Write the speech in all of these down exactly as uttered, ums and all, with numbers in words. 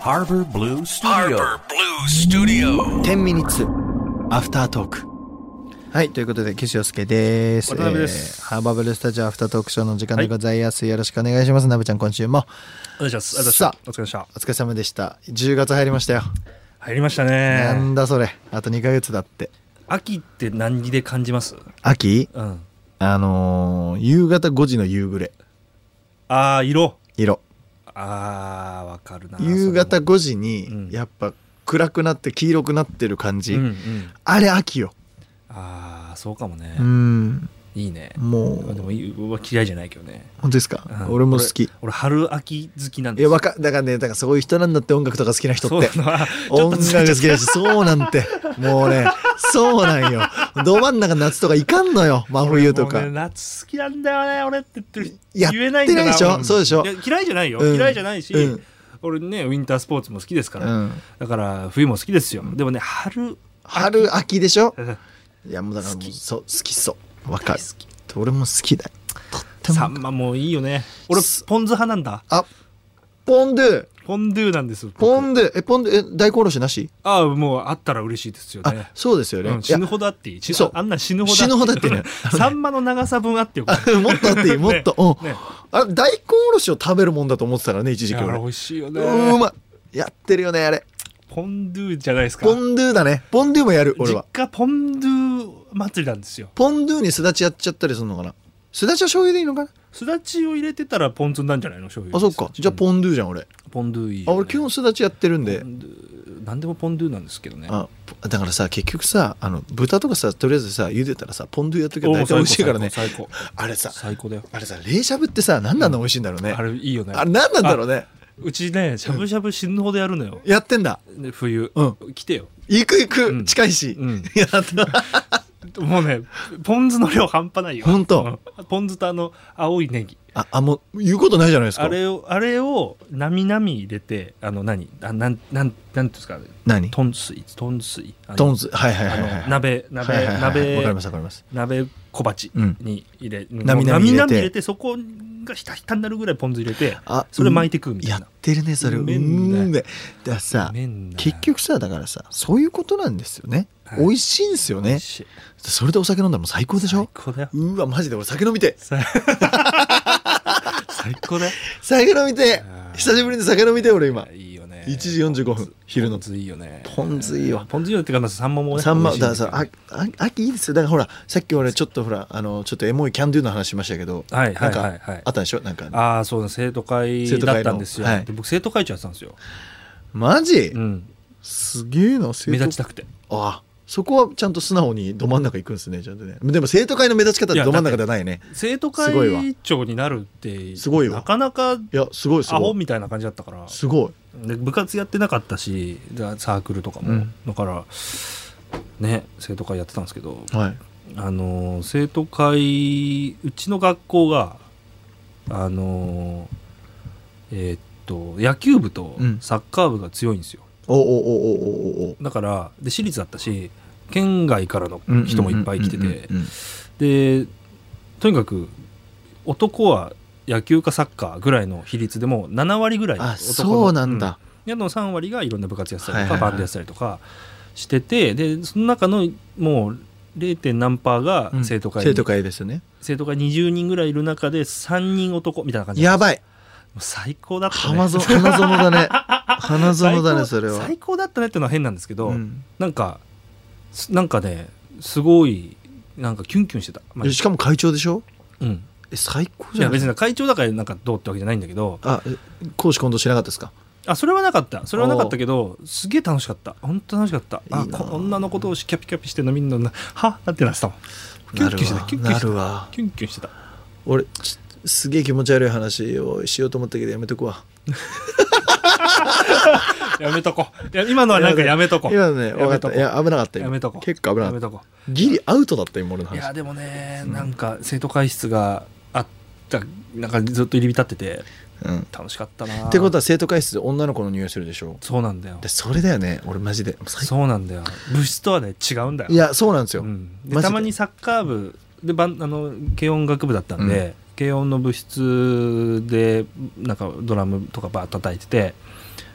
Harbor Blue Studio. Harbor Blue Studio. テンミニッツアフタートーク。はい、ということで岸洋介です。 渡辺です、 えー、ハーバーブルースタジオアフタートークショーの時間でございます、はい、よろしくお願いします。なべちゃん今週もお願いします。 さあお疲れ様でした。 お疲れ様でした。じゅうがつ入りましたよ。 入りましたね。 なんだそれ、あとにかげつだって。 秋って何で感じます？ 秋、 うん、 あのー、夕方ごじの夕暮れ。 あー色色あーわかるな。 夕方ごじに、 うん、 やっぱ暗くなって黄色くなってる感じ、 うんうん、 あれ秋よ。 ああそうかもね。 うんいいね。 もうでも嫌いじゃないけどね。 本当ですか？うん、俺も好き。 俺、俺春秋好きなんですよ。 いやわかだからね、だからそういう人なんだって、音楽とか好きな人って。音楽好きだし、そうなんてもうね、そうなんよ。ど真ん中夏とかいかんのよ、真冬とか。 ね、夏好きなんだよね俺って言ってる。 やってないでしょ。そうでしょ。 いや嫌いじゃないよ、うん、嫌いじゃないし、うん、俺ねウィンタースポーツも好きですから、うん、だから冬も好きですよ。でもね春春秋でしょ。いやもうだからもうそう好きそう。わかる。俺も好きだよ。とってもサンマもいいよね。俺ポン酢派なんだ。 あ、ポンドゥポンドゥなんですよ。 ポンドゥえポンドゥえ大根おろしなし？ ああもうあったら嬉しいですよね。 あそうですよね、うん、 死ぬほどあっていい。そうあんな死ぬほど死ぬほどあっていいね。 サンマの長さ分あってよもっとあっていいもっと、ねうんね、あれ大根おろしを食べるもんだと思ってたからね一時期俺。 美味しいよね。 うまいやってるよねあれ。 ポンドゥじゃないですか。 ポンドゥだね。ポンドゥもやる俺は。 実家ポンドゥ祭りなんですよ。 ポンドゥにすだちやっちゃったりするのかな。すだちは醤油でいいのかな。 すだちを入れてたらポン酢なんじゃないの醤油。 あそっか。じゃあポンドゥじゃん俺。 ポンドゥいいよ、ね、 あ俺基本すだちやってるんで。 なんでもポンドゥなんですけどね。 あだからさ結局さあの豚とかさとりあえずさ茹でたらさポンドゥやっとけば大体美味しいからね。 最高。 あれさ最高だよ。 あれさ冷しゃぶってさ何なんだ美味しいんだろうね、うん、 あれいいよね。 あれ何なんだろうね。 うちねしゃぶしゃぶ死ぬほどやるのよ。 やってんだ。 冬、うん、来てよ。 行く行く、うん、近いし、 うん、やったもうねポン酢の量半端ないよ。 本当、 うん、ポン酢とあの青いネギああもう言うことないじゃないですか。 あれをあれをなみなみ入れてあの何あなんなんなんですか何トン水トン水トン水はいはいはいはい、 鍋鍋、はいはいはい、鍋わかりますわかります。 鍋小鉢に入れ、うん、 なみなみ入れて入れてそこがひたひたになるぐらいポン酢入れてあそれ巻いて食うみたいな、 やってるねそれ。うめんだよ。だからさ結局さだからさそういうことなんですよね、はい、美味しいんですよね。それでお酒飲んだらもう最高でしょ。 最高だよ。 うわマジで俺酒飲みて最高だよ。 酒飲みて久しぶりに酒飲みて俺今。 いいよね。 いちじよんじゅうごふん昼の。 ポン酢いいよね。 ポン酢いいよ。 ポン酢いいよってかサンマもね。 サンマだからさああ秋いいですよ。だからほらさっき俺ちょっとほらあのちょっとエモいキャンドゥの話しましたけど、 はいはいはい、はい、 なんかあったでしょなんか。 ああそうだ生徒会だったんですよ。はい、で僕生徒会長やってたんですよ。 マジ？ うん。 すげえな生徒。 目立ちたくて。 ああ。そこはちゃんと素直にど真ん中行くんですねちゃんとね。でも生徒会の目立ち方ってど真ん中ではないね。 生徒会長になるってすごいわ。 なかなかいやすごいすごいアホみたいな感じだったからすごい。 で部活やってなかったしサークルとかも、うん、だからね生徒会やってたんですけど、 はい、 あの生徒会うちの学校があのえー、っと野球部とサッカー部が強いんですよ。 おおおおおおだからで私立だったし県外からの人もいっぱい来ててでとにかく男は野球かサッカーぐらいの比率でもななわりぐらい男の。 あそうなんだ、 うん、でのさんわりがいろんな部活やってたりとか、はいはいはい、バンドやってたりとかしててでその中のもう ゼロ. 何パーが生徒会、 うん、生徒会ですよね。 生徒会にじゅうにんぐらいいる中でさんにん男みたいな感じ。 やばい最高だったね。 花園だね花園だねそれは。 最高だったねっていうのは変なんですけど、うん、なんかなんかねすごいなんかキュンキュンしてた、 まあ、しかも会長でしょ。 うんえ最高じゃない。 いや別に会長だからなんかどうってわけじゃないんだけど。 あ公私混同しなかったですか。 あそれはなかったそれはなかったけどすげえ楽しかった。本当楽しかった。あこ女のことをキャピキャピしてるのみんなはなんてなってたもん。キュンキュンしてたキュンキュンしてたキュンキュンしてた。 俺すげえ気持ち悪い話をしようと思ったけどやめとくわやめとこいや今のはなんかやめとこ今のね分かった。いや危なかったやめとこ結構危なかった。 やめとこギリアウトだった今俺の話。 いやでもね、うん、なんか生徒会室があったなんかずっと入り浸ってて、うん、楽しかったな。 ってことは生徒会室で女の子の匂いするでしょ。 そうなんだよ。 でそれだよね俺マジで。 そうなんだよ。部室とはね違うんだよ。 いやそうなんですよ、 うん、でたまにサッカー部でバンあの軽音楽部だったんで、うん、軽音の部室でなんかドラムとかバーッ叩いてて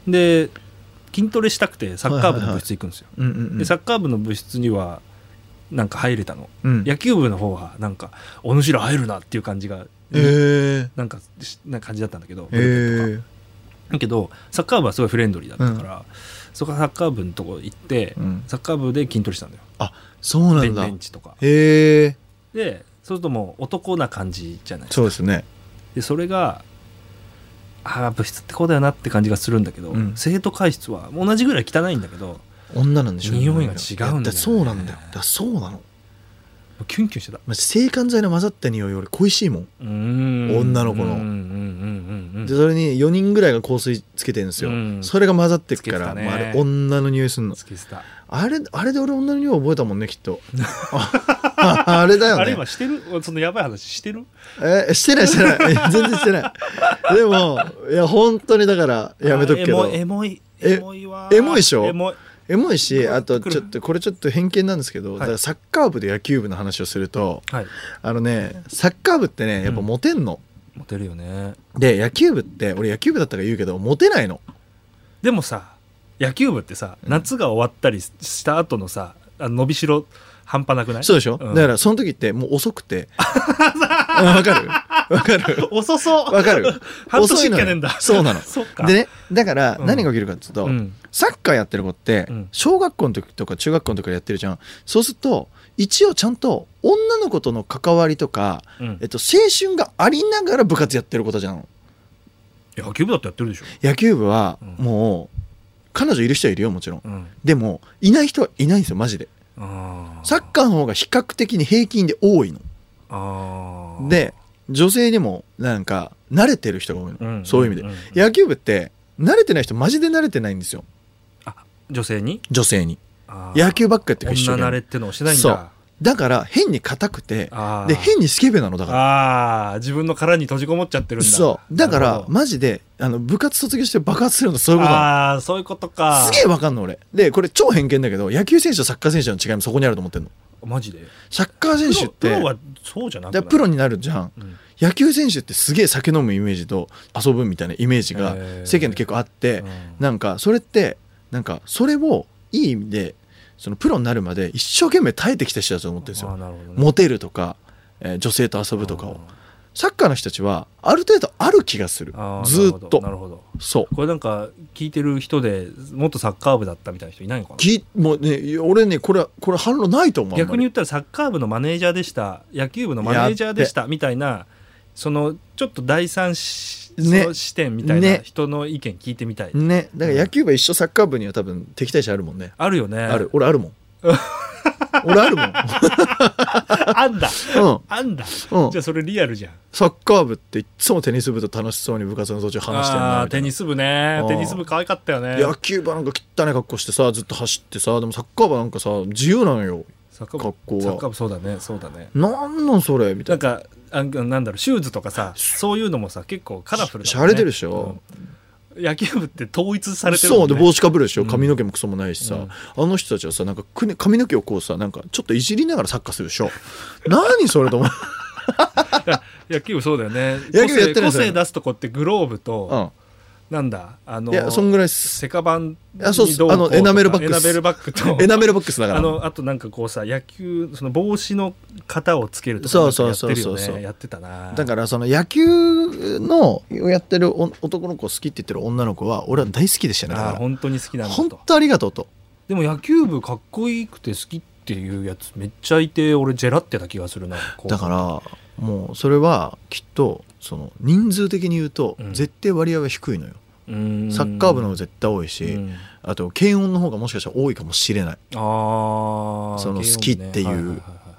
で筋トレしたくてサッカー部の部室行くんですよ、 はいはいはい、 でサッカー部の部室にはなんか入れたの、うん、野球部の方はなんかお主ら入るなっていう感じが、 えー、 なんかな感じだったんだけど、 えー、 だけどサッカー部はすごいフレンドリーだったから、うん、そこからサッカー部のとこ行って、うん、サッカー部で筋トレしたんだよ。 あ、そうなんだ。 ベンチとか。 へえ。 でそうするともう男な感じじゃないですか。 そうですね。 でそれがああ部室ってこうだよなって感じがするんだけど、うん、生徒会室は同じぐらい汚いんだけど女なんでしょうね。 匂いが違うんだよね。 そうなんだよ。だそうなの。 キュンキュンしてた。 制汗剤の混ざった匂いより恋しいもん。うーん女の子の。うんうんうんうん、でそれによにんぐらいが香水つけてるんですよ。うん、それが混ざってくから、ね、あれ女の匂いするの。あれあれで俺女の匂い覚えたもんねきっと。あ, あれだよね。 あれ今してる？そのやばい話してる？ えしてないしてない全然してない。でもいや本当にだからやめとくけど。 エモいエモいわ。 エモいでしょ。 エモい。 エモいし、あとちょっとこれちょっと偏見なんですけど、はい、だからサッカー部で野球部の話をすると、はい、あのねサッカー部ってねやっぱモテんの、 うん、モテるよね。 で野球部って俺野球部だったから言うけどモテないの。 でもさ野球部ってさ、うん、夏が終わったりした後のさあの伸びしろ半端なくない？ そうでしょ、うん、だからその時ってもう遅くてわかるわかる遅そうわかる半年いけねえんだ。 そうなのそっか。 でねだから何が起きるかっていうと、うん、サッカーやってる子って小学校の時とか中学校の時からやってるじゃん。そうすると一応ちゃんと女の子との関わりとか、うんえっと、青春がありながら部活やってる子たちなの。 野球部だってやってるでしょ。 野球部はもう、うん、彼女いる人はいるよもちろん、うん、でもいない人はいないんですよマジで。あサッカーの方が比較的に平均で多いの。あで女性にもなんか慣れてる人が多いの、うん、そういう意味で、うんうんうん、野球部って慣れてない人マジで慣れてないんですよ。 あ女性に女性に野球ばっかやってる一緒に女慣れってのをしないんだ。そうだから変に硬くてで変にスケベなのだからああ自分の殻に閉じこもっちゃってるんだ。 そうだからマジであの部活卒業して爆発するのそういうことなの。 ああそういうことか。 すげえわかんの俺でこれ超偏見だけど野球選手とサッカー選手の違いもそこにあると思ってんの。 マジでサッカー選手ってプロはそうじゃなくない？ プロになるじゃん、うん、野球選手ってすげえ酒飲むイメージと遊ぶみたいなイメージが世間で結構あって、うん、なんかそれってなんかそれをいい意味でそのプロになるまで一生懸命耐えてきた人だと思ってるんですよ、ね、モテるとか、えー、女性と遊ぶとかを。サッカーの人たちはある程度ある気がするずっと。 なるほど。 そうこれなんか聞いてる人で元サッカー部だったみたいな人いないのかな。 きもう、ね、俺ねこれこれ反論ないと思う。 逆に言ったらサッカー部のマネージャーでした野球部のマネージャーでしたみたいなそのちょっと第三視点みたいな人の意見聞いてみたい ね, ねだから野球部一緒サッカー部には多分敵対者あるもんね。 あるよね。 ある俺あるもん俺あるもんあんだ、 うん、 あんだ、 うん、 じゃあそれリアルじゃん。 サッカー部っていつもテニス部と楽しそうに部活の途中話してんなみたいな。 テニス部ねテニス部可愛かったよね。 野球部なんか汚い格好してさずっと走ってさでもサッカー部なんかさ自由なのよ格好が。 サッカー部そうだねそうだね。 なんなんそれみたいな。 なんかあなんだろうシューズとかさそういうのもさ結構カラフルだね。 しゃれてるでしょ、 うん、野球部って統一されてるもんね。 そうで帽子かぶるでしょ髪の毛もクソもないしさ、うん、あの人たちはさなんか髪の毛をこうさなんかちょっといじりながらサッカーするでしょ何それと思う野球部そうだよね。 野球やってる個性出すとこってグローブと、うんなんだあのいやそんぐらいセカバンにどうこうとかあのエナメルバックスエナメルバックとエナメルバックスだからあのあとなんかこうさ野球その帽子の型をつけるとかやってるよね。そうそうそうそうやってたな。 だからその野球のやってる男の子好きって言ってる女の子は俺は大好きでしたね。だから本当に好きなんだと。 本当ありがとうと。 でも野球部かっこよくて好きっていうやつめっちゃいて俺ジェラってた気がするな。 だからもうそれはきっとその人数的に言うと絶対割合は低いのよ、うんサッカー部の方が絶対多いし、うん、あと軽音の方がもしかしたら多いかもしれない。あその好きっていう、ねはいはいはい、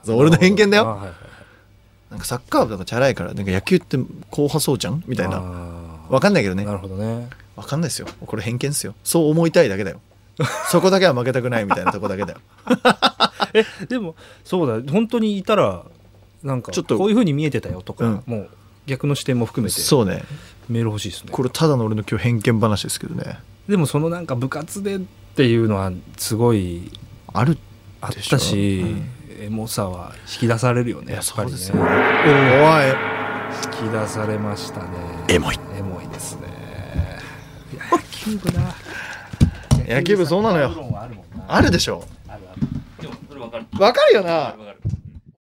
俺の偏見だよ、はいはい、なんかサッカー部とかチャラいからなんか野球って硬派そうじゃんみたいな分かんないけどね。 なるほどね分かんないですよこれ偏見ですよ。そう思いたいだけだよそこだけは負けたくないみたいなとこだけだよえでもそうだ本当にいたらなんかこういう風に見えてたよとか、うん、もう逆の視点も含めてそうねメール欲しいですね。 これただの俺の今日偏見話ですけどね。 でもそのなんか部活でっていうのはすごいあるあったし、うん、エモさは引き出されるよねやっぱりね。 おい引き出されましたね。 エモいエモいですね。いや球部だ。 野球部そうなのよ。 論はあるもんな。 あるでしょ。 あるある。でもそれわかる。 わかるよな。 わかるわかる。